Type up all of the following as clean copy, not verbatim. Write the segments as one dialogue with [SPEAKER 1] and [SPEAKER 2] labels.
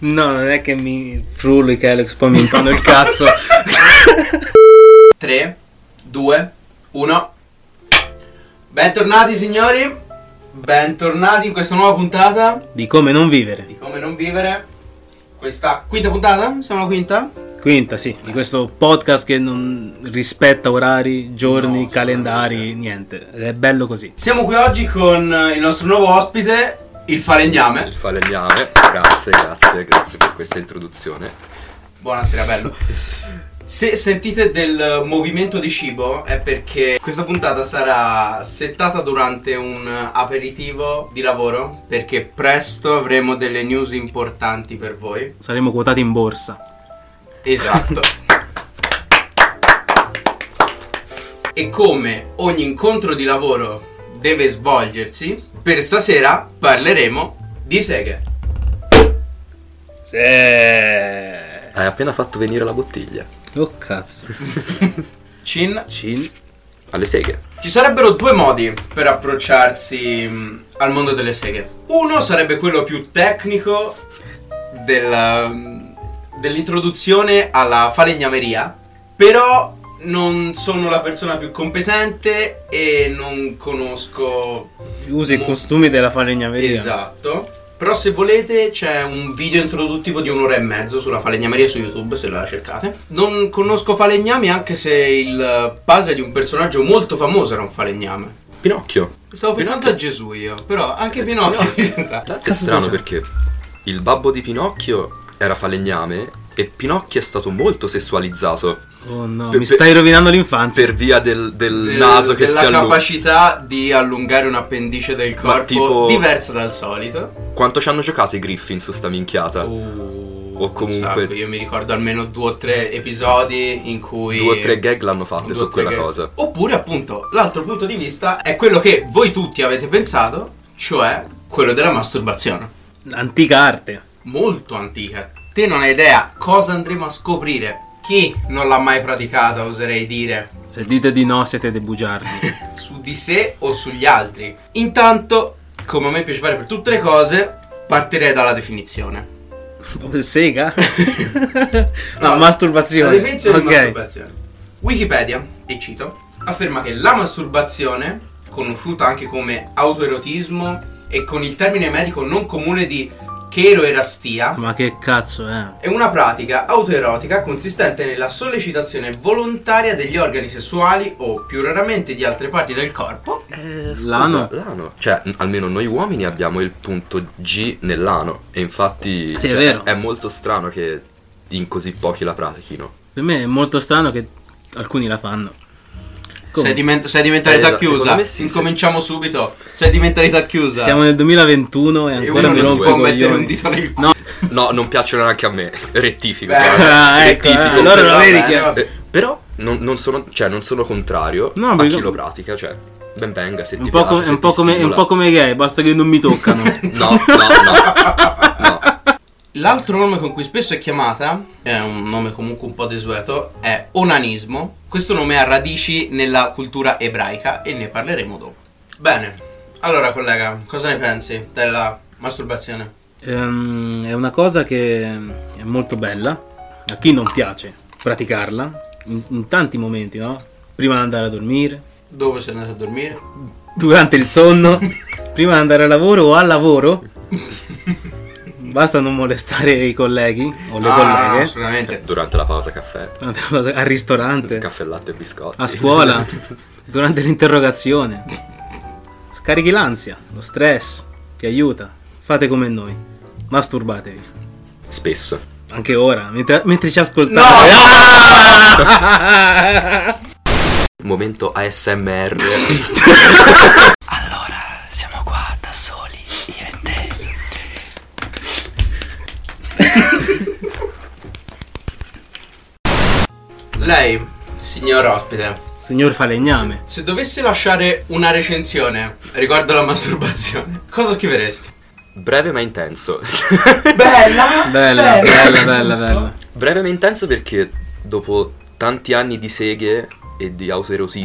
[SPEAKER 1] No, non è che mi frullo i Kellogg's, poi mi impanno il cazzo.
[SPEAKER 2] 3, 2, 1. Bentornati signori, bentornati in questa nuova puntata
[SPEAKER 1] Di come non vivere.
[SPEAKER 2] di Come non vivere. Questa quinta puntata? Siamo alla quinta?
[SPEAKER 1] Quinta, sì, di questo podcast che non rispetta orari, giorni,
[SPEAKER 2] No,
[SPEAKER 1] calendari, niente. È bello così.
[SPEAKER 2] Siamo qui oggi con il nostro nuovo ospite, il falegname.
[SPEAKER 3] Il falegname, grazie per questa introduzione.
[SPEAKER 2] Buonasera, bello. Se sentite del movimento di cibo è perché questa puntata sarà settata durante un aperitivo di lavoro, perché presto avremo delle news importanti per voi.
[SPEAKER 1] Saremo quotati in borsa.
[SPEAKER 2] Esatto. E come ogni incontro di lavoro deve svolgersi, per stasera parleremo di seghe.
[SPEAKER 1] Sì.
[SPEAKER 3] Hai appena fatto venire la bottiglia.
[SPEAKER 1] Oh cazzo.
[SPEAKER 2] Cin.
[SPEAKER 3] Alle seghe.
[SPEAKER 2] Ci sarebbero due modi per approcciarsi al mondo delle seghe. Uno sarebbe quello più tecnico dell'introduzione alla falegnameria, però non sono la persona più competente e non conosco
[SPEAKER 1] Usi i costumi della falegnameria.
[SPEAKER 2] Esatto. Però se volete c'è un video introduttivo di 1 ora e mezzo sulla falegnameria su YouTube, se la cercate. Non conosco falegnami, anche se il padre di un personaggio molto famoso era un falegname.
[SPEAKER 3] Pinocchio.
[SPEAKER 2] Stavo pensando a Gesù io, però anche Pinocchio.
[SPEAKER 3] Tra l'altro è strano perché il babbo di Pinocchio era falegname e Pinocchio è stato molto sessualizzato.
[SPEAKER 1] Oh no, mi stai rovinando l'infanzia.
[SPEAKER 3] Per via del naso che si
[SPEAKER 2] della
[SPEAKER 3] allunga.
[SPEAKER 2] capacità di allungare un appendice del
[SPEAKER 3] Ma
[SPEAKER 2] corpo
[SPEAKER 3] tipo-
[SPEAKER 2] diversa dal solito.
[SPEAKER 3] Quanto ci hanno giocato i Griffin su sta minchiata?
[SPEAKER 2] O
[SPEAKER 3] comunque-
[SPEAKER 2] io mi ricordo almeno 2 o 3 episodi in cui
[SPEAKER 3] 2 o 3 gag l'hanno fatte
[SPEAKER 2] 2
[SPEAKER 3] su
[SPEAKER 2] o 3
[SPEAKER 3] quella
[SPEAKER 2] gag.
[SPEAKER 3] cosa.
[SPEAKER 2] Oppure appunto l'altro punto di vista è quello che voi tutti avete pensato, cioè quello della masturbazione.
[SPEAKER 1] Antica arte.
[SPEAKER 2] Molto antica. Te non hai idea cosa andremo a scoprire. Chi non l'ha mai praticata, oserei dire,
[SPEAKER 1] Se dite di no siete dei bugiardi.
[SPEAKER 2] su di sé o sugli altri. Intanto, come a me piace fare per tutte le cose, partirei dalla definizione.
[SPEAKER 1] Sega?
[SPEAKER 2] No,
[SPEAKER 1] No, masturbazione.
[SPEAKER 2] La definizione
[SPEAKER 1] Ok.
[SPEAKER 2] di masturbazione. Wikipedia, e cito, afferma che la masturbazione, conosciuta anche come autoerotismo e con il termine medico non comune di cheroerastia,
[SPEAKER 1] Ma che cazzo è?
[SPEAKER 2] è una pratica autoerotica consistente nella sollecitazione volontaria degli organi sessuali o più raramente di altre parti del corpo.
[SPEAKER 1] L'ano?
[SPEAKER 3] L'ano. Cioè, almeno noi uomini abbiamo il punto G nell'ano. E infatti
[SPEAKER 1] Sì, è
[SPEAKER 3] cioè,
[SPEAKER 1] vero.
[SPEAKER 3] è molto strano che in così pochi la pratichino.
[SPEAKER 1] Per me è molto strano che alcuni la fanno. Come?
[SPEAKER 2] Sei di mentalità
[SPEAKER 3] Esatto,
[SPEAKER 2] chiusa.
[SPEAKER 3] secondo me sì,
[SPEAKER 2] Incominciamo subito. Sei di mentalità chiusa.
[SPEAKER 1] Siamo nel 2021 e
[SPEAKER 2] e
[SPEAKER 1] ancora
[SPEAKER 2] uno
[SPEAKER 1] mi
[SPEAKER 2] non
[SPEAKER 1] rompo
[SPEAKER 2] si
[SPEAKER 1] i
[SPEAKER 2] può mettere
[SPEAKER 1] coglioni.
[SPEAKER 2] un dito nel culo.
[SPEAKER 1] No,
[SPEAKER 3] No, non piacciono neanche a me. Rettifico.
[SPEAKER 2] Beh,
[SPEAKER 1] ah, ecco,
[SPEAKER 3] Rettifico.
[SPEAKER 1] allora lo
[SPEAKER 2] Vabbè,
[SPEAKER 1] vedi che...
[SPEAKER 2] vabbè.
[SPEAKER 3] Però non sono contrario
[SPEAKER 1] No,
[SPEAKER 3] a
[SPEAKER 1] perché-
[SPEAKER 3] chi lo pratica. Cioè, ben venga se
[SPEAKER 1] È
[SPEAKER 3] ti
[SPEAKER 1] un po',
[SPEAKER 3] piace,
[SPEAKER 1] è
[SPEAKER 3] se
[SPEAKER 1] un po'
[SPEAKER 3] ti
[SPEAKER 1] come, è un
[SPEAKER 3] stimola.
[SPEAKER 1] po' come i gay, basta che non mi toccano.
[SPEAKER 3] No.
[SPEAKER 2] L'altro nome con cui spesso è chiamata, è un nome comunque un po' desueto, è onanismo. Questo nome ha radici nella cultura ebraica e ne parleremo dopo. Bene, allora collega, cosa ne pensi della masturbazione?
[SPEAKER 1] È una cosa che è molto bella. A chi non piace praticarla in tanti momenti, no? Prima di andare a dormire,
[SPEAKER 2] Dove sei andato a dormire?
[SPEAKER 1] durante il sonno, prima di andare al lavoro o al lavoro. Basta non molestare i colleghi o le colleghe.
[SPEAKER 2] Assolutamente.
[SPEAKER 3] Durante la pausa caffè,
[SPEAKER 1] Al ristorante,
[SPEAKER 3] caffè, latte e biscotti.
[SPEAKER 1] a scuola, durante l'interrogazione. Scarichi l'ansia, lo stress, ti aiuta. Fate come noi, masturbatevi.
[SPEAKER 3] Spesso.
[SPEAKER 1] Anche ora, mentre ci
[SPEAKER 2] No!
[SPEAKER 1] ascoltate.
[SPEAKER 3] Momento ASMR.
[SPEAKER 4] Allora, siamo qua da soli, io e te.
[SPEAKER 2] Lei, signor ospite,
[SPEAKER 1] Signor falegname.
[SPEAKER 2] se dovesse lasciare una recensione riguardo alla masturbazione, cosa scriveresti?
[SPEAKER 3] Breve ma intenso.
[SPEAKER 2] Bella!
[SPEAKER 1] Bella.
[SPEAKER 3] Breve ma intenso perché dopo tanti anni di seghe e di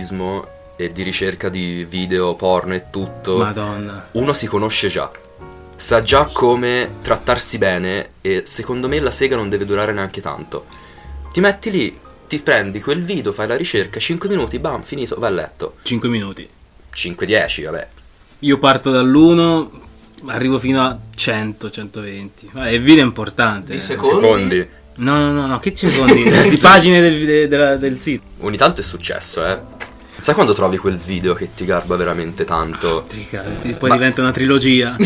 [SPEAKER 3] autoerotismo e di ricerca di video, porno e tutto,
[SPEAKER 1] Madonna.
[SPEAKER 3] uno si conosce già. sa già come trattarsi bene e secondo me la sega non deve durare neanche tanto. Ti metti lì, ti prendi quel video, fai la ricerca, 5 minuti, bam, finito, vai a letto.
[SPEAKER 1] 5 minuti.
[SPEAKER 3] 5-10, vabbè.
[SPEAKER 1] Io parto dall'1, arrivo fino a 100, 120. Il video è importante.
[SPEAKER 2] Di
[SPEAKER 1] eh.
[SPEAKER 2] secondi?
[SPEAKER 1] No, che secondi? Di pagine del sito.
[SPEAKER 3] Ogni tanto è successo, Sai quando trovi quel video che ti garba veramente tanto?
[SPEAKER 1] Poi diventa una trilogia.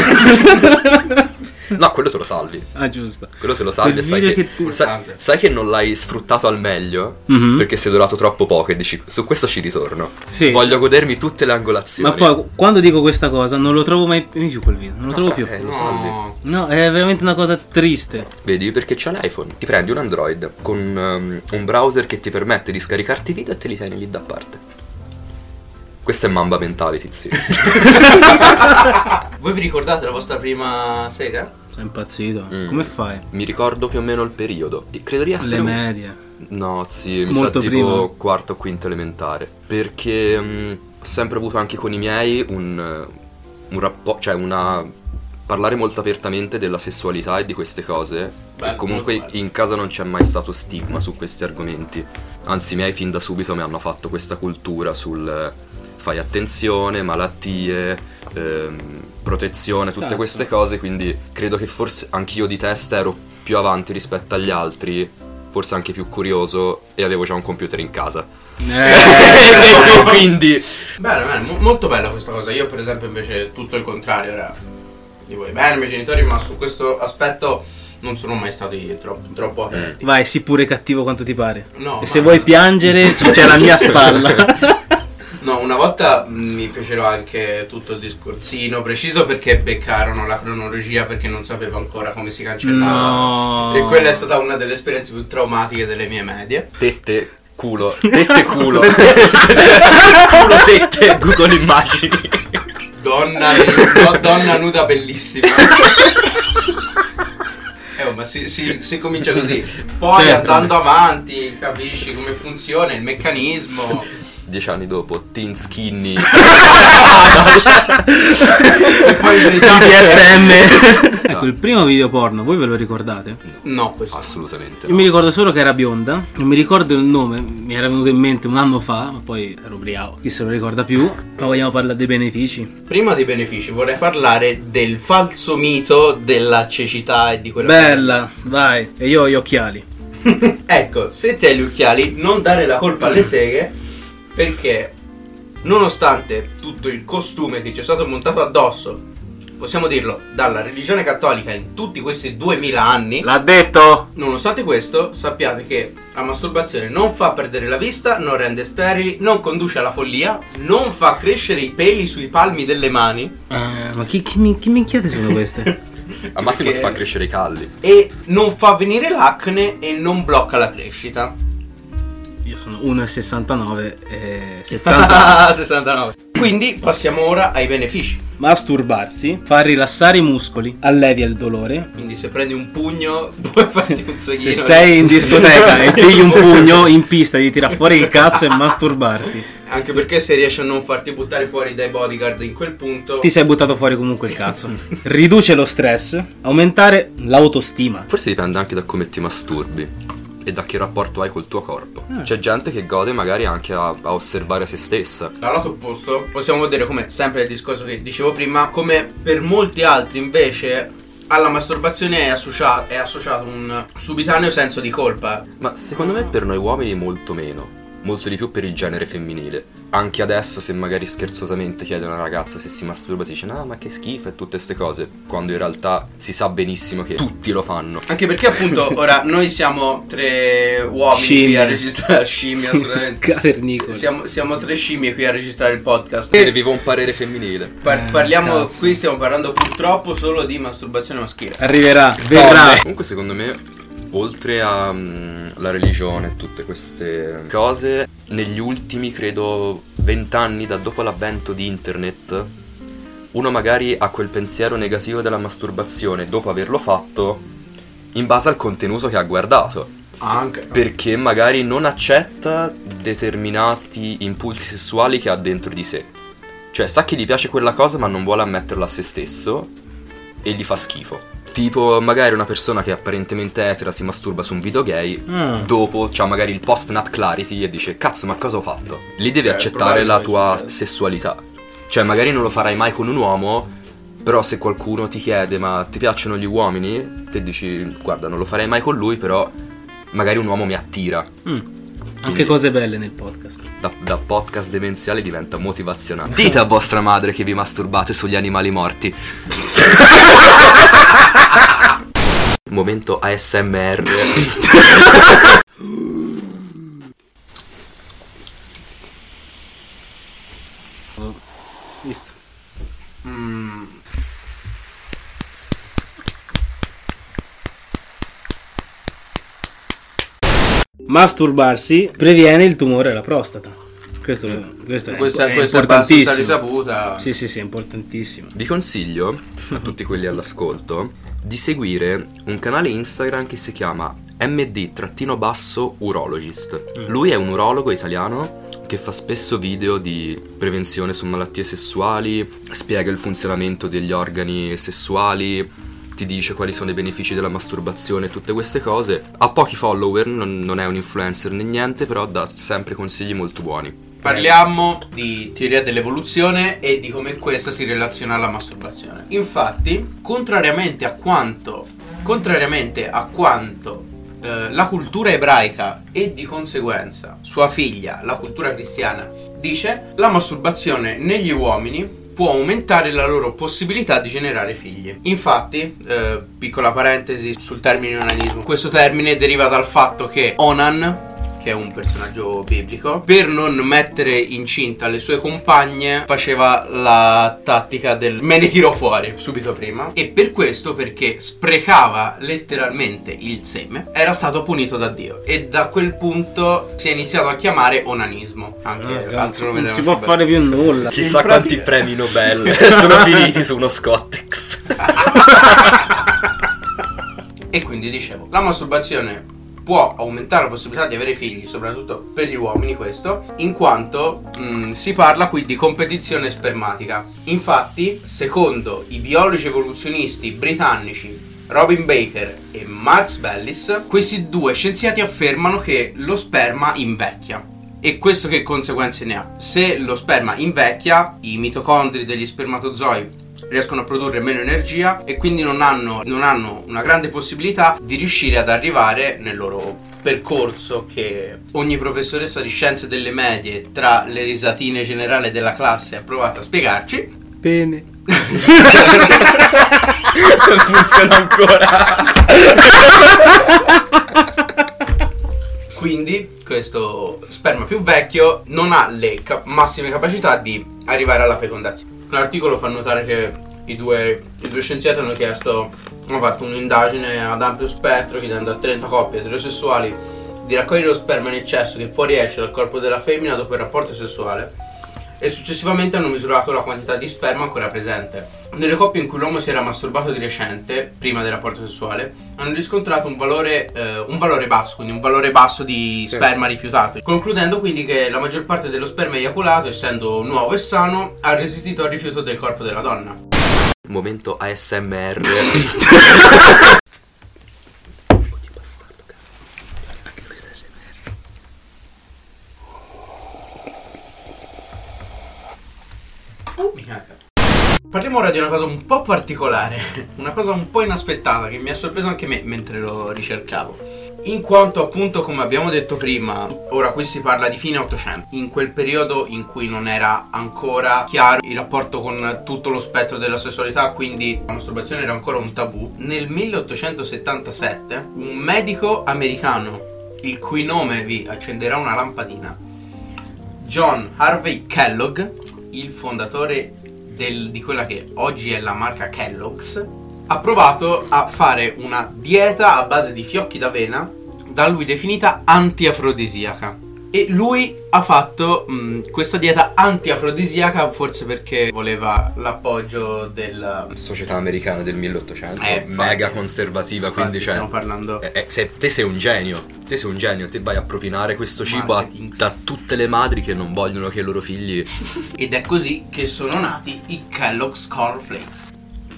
[SPEAKER 3] No, quello te lo salvi.
[SPEAKER 1] Ah, giusto.
[SPEAKER 3] Quello te lo salvi e
[SPEAKER 1] Quel
[SPEAKER 3] sai
[SPEAKER 1] video
[SPEAKER 3] che,
[SPEAKER 1] che
[SPEAKER 3] sai che non l'hai sfruttato al meglio perché sei durato troppo poco e dici su questo ci ritorno.
[SPEAKER 1] Sì.
[SPEAKER 3] Voglio godermi tutte le angolazioni.
[SPEAKER 1] Ma poi quando dico questa cosa non lo trovo mai più quel video. Non lo trovo più.
[SPEAKER 3] Lo salvi.
[SPEAKER 1] No, è veramente una cosa triste.
[SPEAKER 3] Vedi, perché c'è l'iPhone. Ti prendi un Android con un browser che ti permette di scaricarti i video e te li tieni lì da parte. Questa è Mamba Mentality, sì.
[SPEAKER 2] Voi vi ricordate la vostra prima sega?
[SPEAKER 1] Sei impazzito. Come fai?
[SPEAKER 3] Mi ricordo più o meno il periodo. Credo di essere
[SPEAKER 1] Le medie.
[SPEAKER 3] No, sì, mi
[SPEAKER 1] Molto
[SPEAKER 3] sa tipo
[SPEAKER 1] prima.
[SPEAKER 3] quarto o quinto elementare. Perché ho sempre avuto anche con i miei un rapporto, cioè parlare molto apertamente della sessualità e di queste cose.
[SPEAKER 2] Bello,
[SPEAKER 3] E comunque
[SPEAKER 2] molto bello.
[SPEAKER 3] in casa non c'è mai stato stigma su questi argomenti. Anzi, i miei fin da subito mi hanno fatto questa cultura sul fai attenzione, malattie, protezione, tutte
[SPEAKER 1] Cazzo.
[SPEAKER 3] queste cose. Quindi credo che forse anch'io di testa ero più avanti rispetto agli altri, forse anche più curioso, e avevo già un computer in casa. Quindi
[SPEAKER 2] Bene, molto bella questa cosa. Io per esempio invece tutto il contrario era di voi. Bene, i miei genitori, ma su questo aspetto non sono mai stati troppo aperti.
[SPEAKER 1] Vai, sii pure cattivo quanto ti pare.
[SPEAKER 2] No,
[SPEAKER 1] E
[SPEAKER 2] ma-
[SPEAKER 1] se vuoi piangere c'è la mia spalla.
[SPEAKER 2] No, una volta mi fecero anche tutto il discorsino preciso perché beccarono la cronologia perché non sapevo ancora come si cancellava.
[SPEAKER 1] No.
[SPEAKER 2] E quella è stata una delle esperienze più traumatiche delle mie medie.
[SPEAKER 3] tette, culo, culo, tette, Google immagini.
[SPEAKER 2] Donna nuda bellissima. Ma si comincia così. Poi
[SPEAKER 1] Certo.
[SPEAKER 2] andando avanti capisci come funziona il meccanismo.
[SPEAKER 3] 10 anni dopo, teen skinny.
[SPEAKER 2] E poi in verità-
[SPEAKER 1] BDSM. Ecco, il primo video porno, voi ve lo ricordate?
[SPEAKER 2] No, questo
[SPEAKER 3] Assolutamente.
[SPEAKER 1] Io mi ricordo solo che era bionda, non mi ricordo il nome, mi era venuto in mente un anno fa, ma poi ero ubriaco, chi se lo ricorda più. Ma vogliamo parlare dei benefici?
[SPEAKER 2] Prima dei benefici vorrei parlare del falso mito della cecità e di quella
[SPEAKER 1] Bella, vai. E io ho gli occhiali.
[SPEAKER 2] Ecco, se ti hai gli occhiali non dare la colpa alle seghe, perché nonostante tutto il costume che ci è stato montato addosso, possiamo dirlo, dalla religione cattolica in tutti questi 2000 anni,
[SPEAKER 1] L'ha detto!
[SPEAKER 2] nonostante questo sappiate che la masturbazione non fa perdere la vista, non rende sterili, non conduce alla follia, non fa crescere i peli sui palmi delle mani
[SPEAKER 1] Ma chi minchiate sono queste?
[SPEAKER 3] Al massimo
[SPEAKER 2] perché-
[SPEAKER 3] ti fa crescere i calli.
[SPEAKER 2] e non fa venire l'acne e non blocca la crescita.
[SPEAKER 1] Io sono 1,69 e 70.
[SPEAKER 2] 69. Quindi passiamo ora ai benefici.
[SPEAKER 1] Masturbarsi fa rilassare i muscoli, allevia il dolore.
[SPEAKER 2] Quindi se prendi un pugno puoi farti un
[SPEAKER 1] Se
[SPEAKER 2] soghino.
[SPEAKER 1] sei in discoteca e pigli un pugno in pista, di tirare fuori il cazzo e masturbarti.
[SPEAKER 2] Anche perché se riesci a non farti buttare fuori dai bodyguard in quel punto,
[SPEAKER 1] Ti sei buttato fuori comunque il cazzo. Riduce lo stress, aumentare l'autostima.
[SPEAKER 3] Forse dipende anche da come ti masturbi e da che rapporto hai col tuo corpo. C'è gente che gode magari anche a osservare se stessa.
[SPEAKER 2] dal lato opposto possiamo vedere come, sempre il discorso che dicevo prima, come per molti altri invece alla masturbazione è associato un subitaneo senso di colpa.
[SPEAKER 3] Ma secondo me per noi uomini molto meno. Molto di più per il genere femminile. Anche adesso se magari scherzosamente chiede a una ragazza se si masturba ti dice no ma che schifo e tutte ste cose, quando in realtà si sa benissimo che tutti lo fanno.
[SPEAKER 2] Anche perché appunto ora noi siamo tre uomini qui
[SPEAKER 1] Scimmie.
[SPEAKER 2] a registrare scimmie assolutamente.
[SPEAKER 1] Cavernicoli.
[SPEAKER 2] Siamo tre scimmie qui a registrare il podcast.
[SPEAKER 3] Serviva un parere femminile.
[SPEAKER 2] Parliamo
[SPEAKER 1] cazzo.
[SPEAKER 2] qui, stiamo parlando purtroppo solo di masturbazione maschile.
[SPEAKER 1] Arriverà, verrà.
[SPEAKER 3] Comunque secondo me oltre a la religione e tutte queste cose, negli ultimi credo 20 anni da dopo l'avvento di internet, uno magari ha quel pensiero negativo della masturbazione dopo averlo fatto in base al contenuto che ha guardato,
[SPEAKER 2] Anche.
[SPEAKER 3] perché magari non accetta determinati impulsi sessuali che ha dentro di sé. Cioè sa che gli piace quella cosa ma non vuole ammetterlo a se stesso e gli fa schifo. Tipo magari una persona che apparentemente etera si masturba su un video gay, dopo c'ha magari il post nut clarity e dice cazzo ma cosa ho fatto? Lì devi accettare la tua sessualità. Cioè magari non lo farai mai con un uomo, però se qualcuno ti chiede ma ti piacciono gli uomini, te dici guarda non lo farei mai con lui, però magari un uomo mi attira.
[SPEAKER 1] Anche cose belle nel podcast.
[SPEAKER 3] Da podcast demenziale diventa motivazionale. Dite a vostra madre che vi masturbate sugli animali morti. Momento ASMR.
[SPEAKER 1] Visto? Masturbarsi previene il tumore alla prostata. Questo è
[SPEAKER 2] abbastanza risaputa.
[SPEAKER 1] Sì, è importantissimo.
[SPEAKER 3] Vi consiglio a tutti quelli all'ascolto di seguire un canale Instagram che si chiama md_urologist. Lui è un urologo italiano che fa spesso video di prevenzione su malattie sessuali, spiega il funzionamento degli organi sessuali, ti dice quali sono i benefici della masturbazione e tutte queste cose. Ha pochi follower, non è un influencer né niente, però dà sempre consigli molto buoni.
[SPEAKER 2] Parliamo di teoria dell'evoluzione e di come questa si relaziona alla masturbazione. Infatti, contrariamente a quanto la cultura ebraica e di conseguenza sua figlia, la cultura cristiana, dice, la masturbazione negli uomini può aumentare la loro possibilità di generare figli. Infatti, piccola parentesi sul termine onanismo, questo termine deriva dal fatto che Onan, che è un personaggio biblico, per non mettere incinta le sue compagne faceva la tattica del me ne tiro fuori subito prima, e per questo, perché sprecava letteralmente il seme, era stato punito da Dio, e da quel punto si è iniziato a chiamare onanismo. Anche altro nome
[SPEAKER 1] non si può fare più nulla.
[SPEAKER 3] Chissà quanti premi Nobel sono finiti su uno Scottex.
[SPEAKER 2] E quindi dicevo, la masturbazione può aumentare la possibilità di avere figli, soprattutto per gli uomini, questo, in quanto si parla qui di competizione spermatica. Infatti, secondo i biologi evoluzionisti britannici Robin Baker e Max Bellis, questi due scienziati affermano che lo sperma invecchia. E questo che conseguenze ne ha? Se lo sperma invecchia, i mitocondri degli spermatozoi riescono a produrre meno energia e quindi non hanno una grande possibilità di riuscire ad arrivare nel loro percorso, che ogni professoressa di scienze delle medie, tra le risatine generali della classe, ha provato a spiegarci.
[SPEAKER 1] Bene.
[SPEAKER 3] Funziona ancora.
[SPEAKER 2] Quindi questo sperma più vecchio non ha le massime capacità di arrivare alla fecondazione. L'articolo fa notare che i due scienziati hanno fatto un'indagine ad ampio spettro, chiedendo a 30 coppie eterosessuali di raccogliere lo sperma in eccesso che fuoriesce dal corpo della femmina dopo il rapporto sessuale, e successivamente hanno misurato la quantità di sperma ancora presente. Nelle coppie in cui l'uomo si era masturbato di recente, prima del rapporto sessuale, hanno riscontrato un valore basso, quindi un valore basso di sperma rifiutato, concludendo quindi che la maggior parte dello sperma eiaculato, essendo nuovo e sano, ha resistito al rifiuto del corpo della donna.
[SPEAKER 3] Momento ASMR.
[SPEAKER 2] Parliamo ora di una cosa un po' particolare, una cosa un po' inaspettata che mi ha sorpreso anche me mentre lo ricercavo, in quanto appunto, come abbiamo detto prima, ora qui si parla di fine 800, in quel periodo in cui non era ancora chiaro il rapporto con tutto lo spettro della sessualità, quindi la masturbazione era ancora un tabù. Nel 1877 un medico americano, il cui nome vi accenderà una lampadina, John Harvey Kellogg, il fondatore di quella che oggi è la marca Kellogg's, ha provato a fare una dieta a base di fiocchi d'avena, da lui definita antiafrodisiaca. E lui ha fatto questa dieta antiafrodisiaca forse perché voleva l'appoggio della
[SPEAKER 3] società americana del 1800,
[SPEAKER 2] infatti,
[SPEAKER 3] mega conservativa, quindi
[SPEAKER 2] stiamo parlando.
[SPEAKER 3] Te sei un genio, te vai a propinare questo cibo da tutte le madri che non vogliono che i loro figli.
[SPEAKER 2] Ed è così che sono nati i Kellogg's Cornflakes.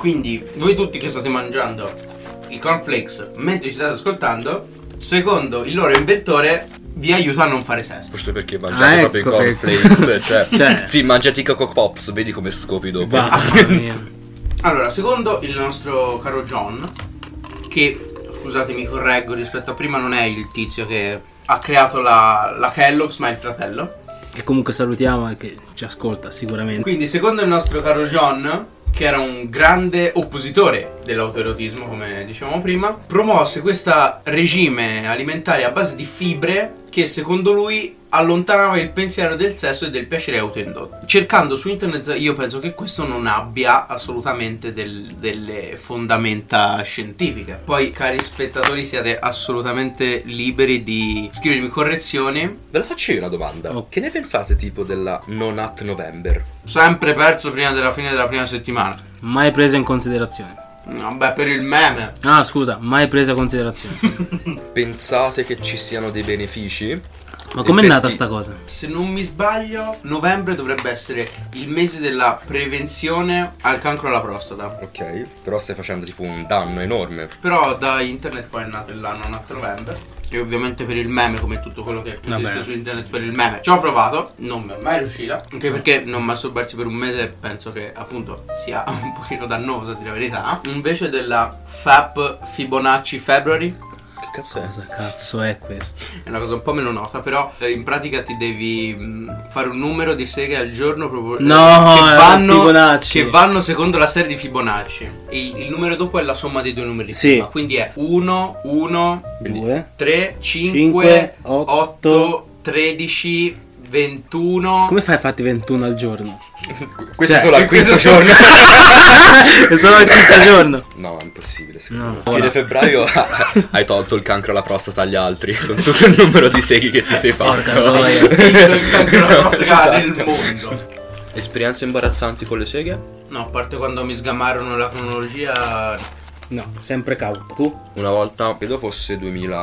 [SPEAKER 2] Quindi voi tutti che state mangiando i cornflakes mentre ci state ascoltando, secondo il loro inventore vi aiuta a non fare sesso.
[SPEAKER 3] Forse perché mangiate proprio i cornflakes. Cioè, sì, mangiati i Coco Pops, vedi come scopi dopo.
[SPEAKER 2] Allora, secondo il nostro caro John, che, scusatemi, correggo, rispetto a prima non è il tizio che ha creato la Kellogg's, ma è il fratello,
[SPEAKER 1] che comunque salutiamo e che ci ascolta sicuramente.
[SPEAKER 2] Quindi secondo il nostro caro John, che era un grande oppositore dell'autoerotismo, come dicevamo prima, promosse questo regime alimentare a base di fibre che secondo lui allontanava il pensiero del sesso e del piacere autoindotto. Cercando su internet io penso che questo non abbia assolutamente delle fondamenta scientifiche. Poi, cari spettatori, siete assolutamente liberi di scrivermi correzioni.
[SPEAKER 3] Ve la faccio io una domanda. Che ne pensate tipo della Non At November?
[SPEAKER 2] Sempre perso prima della fine della prima settimana.
[SPEAKER 1] Mai presa in considerazione.
[SPEAKER 2] Vabbè, per il meme.
[SPEAKER 1] Ah, scusa, mai presa in considerazione.
[SPEAKER 3] Pensate che ci siano dei benefici?
[SPEAKER 1] Ma com'è nata sta cosa?
[SPEAKER 2] Se non mi sbaglio, novembre dovrebbe essere il mese della prevenzione al cancro alla prostata.
[SPEAKER 3] Ok, però stai facendo tipo un danno enorme.
[SPEAKER 2] Però da internet poi è nato l'anno Not November. E ovviamente per il meme, come tutto quello che esiste su internet per il meme. Ci ho provato, non mi è mai riuscita. Anche perché non masturbarsi per un mese penso che appunto sia un pochino dannoso, a dire la verità. Invece della FAP Fibonacci February.
[SPEAKER 3] Che cazzo è?
[SPEAKER 1] Cosa cazzo è questo?
[SPEAKER 2] È una cosa un po' meno nota, però in pratica ti devi fare un numero di seghe al giorno proprio, che vanno secondo la serie di Fibonacci. Il numero dopo è la somma dei due numeri prima. Quindi è 1, 1,
[SPEAKER 1] 2,
[SPEAKER 2] 3, 5, 8, 13, 21.
[SPEAKER 1] Come fai a farti 21 al giorno?
[SPEAKER 3] Questo è solo al quinto giorno.
[SPEAKER 1] È solo al quinto giorno.
[SPEAKER 3] No, è impossibile. No. A fine febbraio hai tolto il cancro alla prostata agli altri con tutto il numero di seghi che ti sei fatto.
[SPEAKER 2] Il cancro alla prostata nel mondo.
[SPEAKER 3] Esperienze imbarazzanti con le seghe?
[SPEAKER 2] No, a parte quando mi sgamarono la cronologia.
[SPEAKER 1] No, sempre cauto. Tu?
[SPEAKER 3] Una volta, credo fosse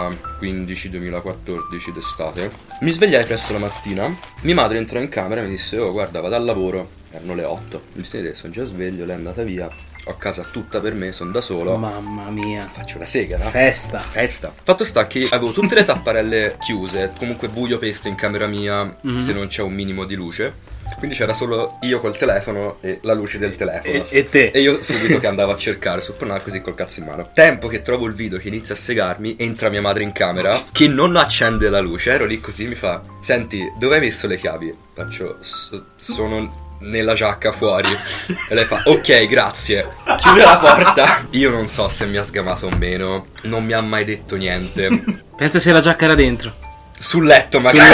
[SPEAKER 3] 2015-2014 d'estate, mi svegliai presto la mattina. Mia madre entrò in camera e mi disse: oh, guarda, vado al lavoro. Erano le 8. Mi disse: sono già sveglio, lei è andata via. Ho casa tutta per me, sono da solo.
[SPEAKER 1] Mamma mia.
[SPEAKER 3] Faccio una sega, no?
[SPEAKER 1] Festa.
[SPEAKER 3] Fatto sta che avevo tutte le tapparelle chiuse. Comunque buio peste in camera mia, se non c'è un minimo di luce. Quindi c'era solo io col telefono e la luce del telefono.
[SPEAKER 1] E te?
[SPEAKER 3] E io subito che andavo a cercare sul pornale così col cazzo in mano. Tempo che trovo il video che inizia a segarmi, entra mia madre in camera che non accende la luce. Ero lì così, mi fa: senti, dove hai messo le chiavi? Faccio: sono nella giacca fuori. E lei fa: ok, grazie. Chiude la porta. Io non so se mi ha sgamato o meno. Non mi ha mai detto niente.
[SPEAKER 1] Pensa se la giacca era dentro.
[SPEAKER 3] Sul letto magari.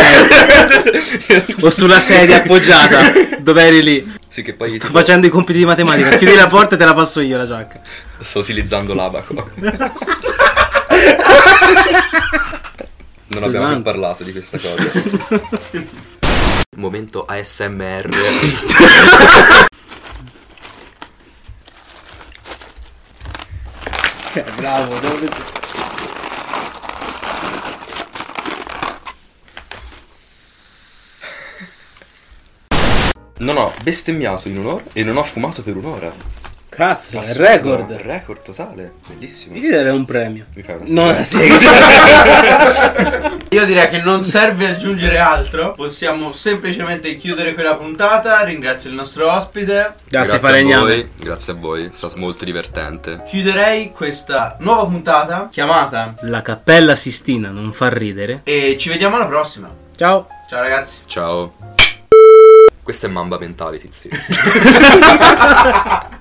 [SPEAKER 1] O sulla sedia appoggiata dove eri lì.
[SPEAKER 3] Sì, che poi
[SPEAKER 1] sto facendo i compiti di matematica. Chiudi la porta e te la passo io la giacca.
[SPEAKER 3] Sto utilizzando l'abaco. Non abbiamo più parlato di questa cosa. Momento ASMR.
[SPEAKER 1] Bravo, dove...
[SPEAKER 3] Non ho bestemmiato in un'ora e non ho fumato per un'ora.
[SPEAKER 1] Cazzo, è record.
[SPEAKER 3] Record totale, bellissimo.
[SPEAKER 1] Io ti darei un premio.
[SPEAKER 3] Mi fai una
[SPEAKER 1] sega.
[SPEAKER 2] Io direi che non serve aggiungere altro. Possiamo semplicemente chiudere quella puntata. Ringrazio il nostro ospite.
[SPEAKER 3] Grazie a voi. Grazie a voi, è stato molto divertente.
[SPEAKER 2] Chiuderei questa nuova puntata chiamata
[SPEAKER 1] La Cappella Sistina non fa ridere.
[SPEAKER 2] E ci vediamo alla prossima.
[SPEAKER 1] Ciao.
[SPEAKER 2] Ciao ragazzi.
[SPEAKER 3] Ciao. Questa è Mamba Mentality, sì.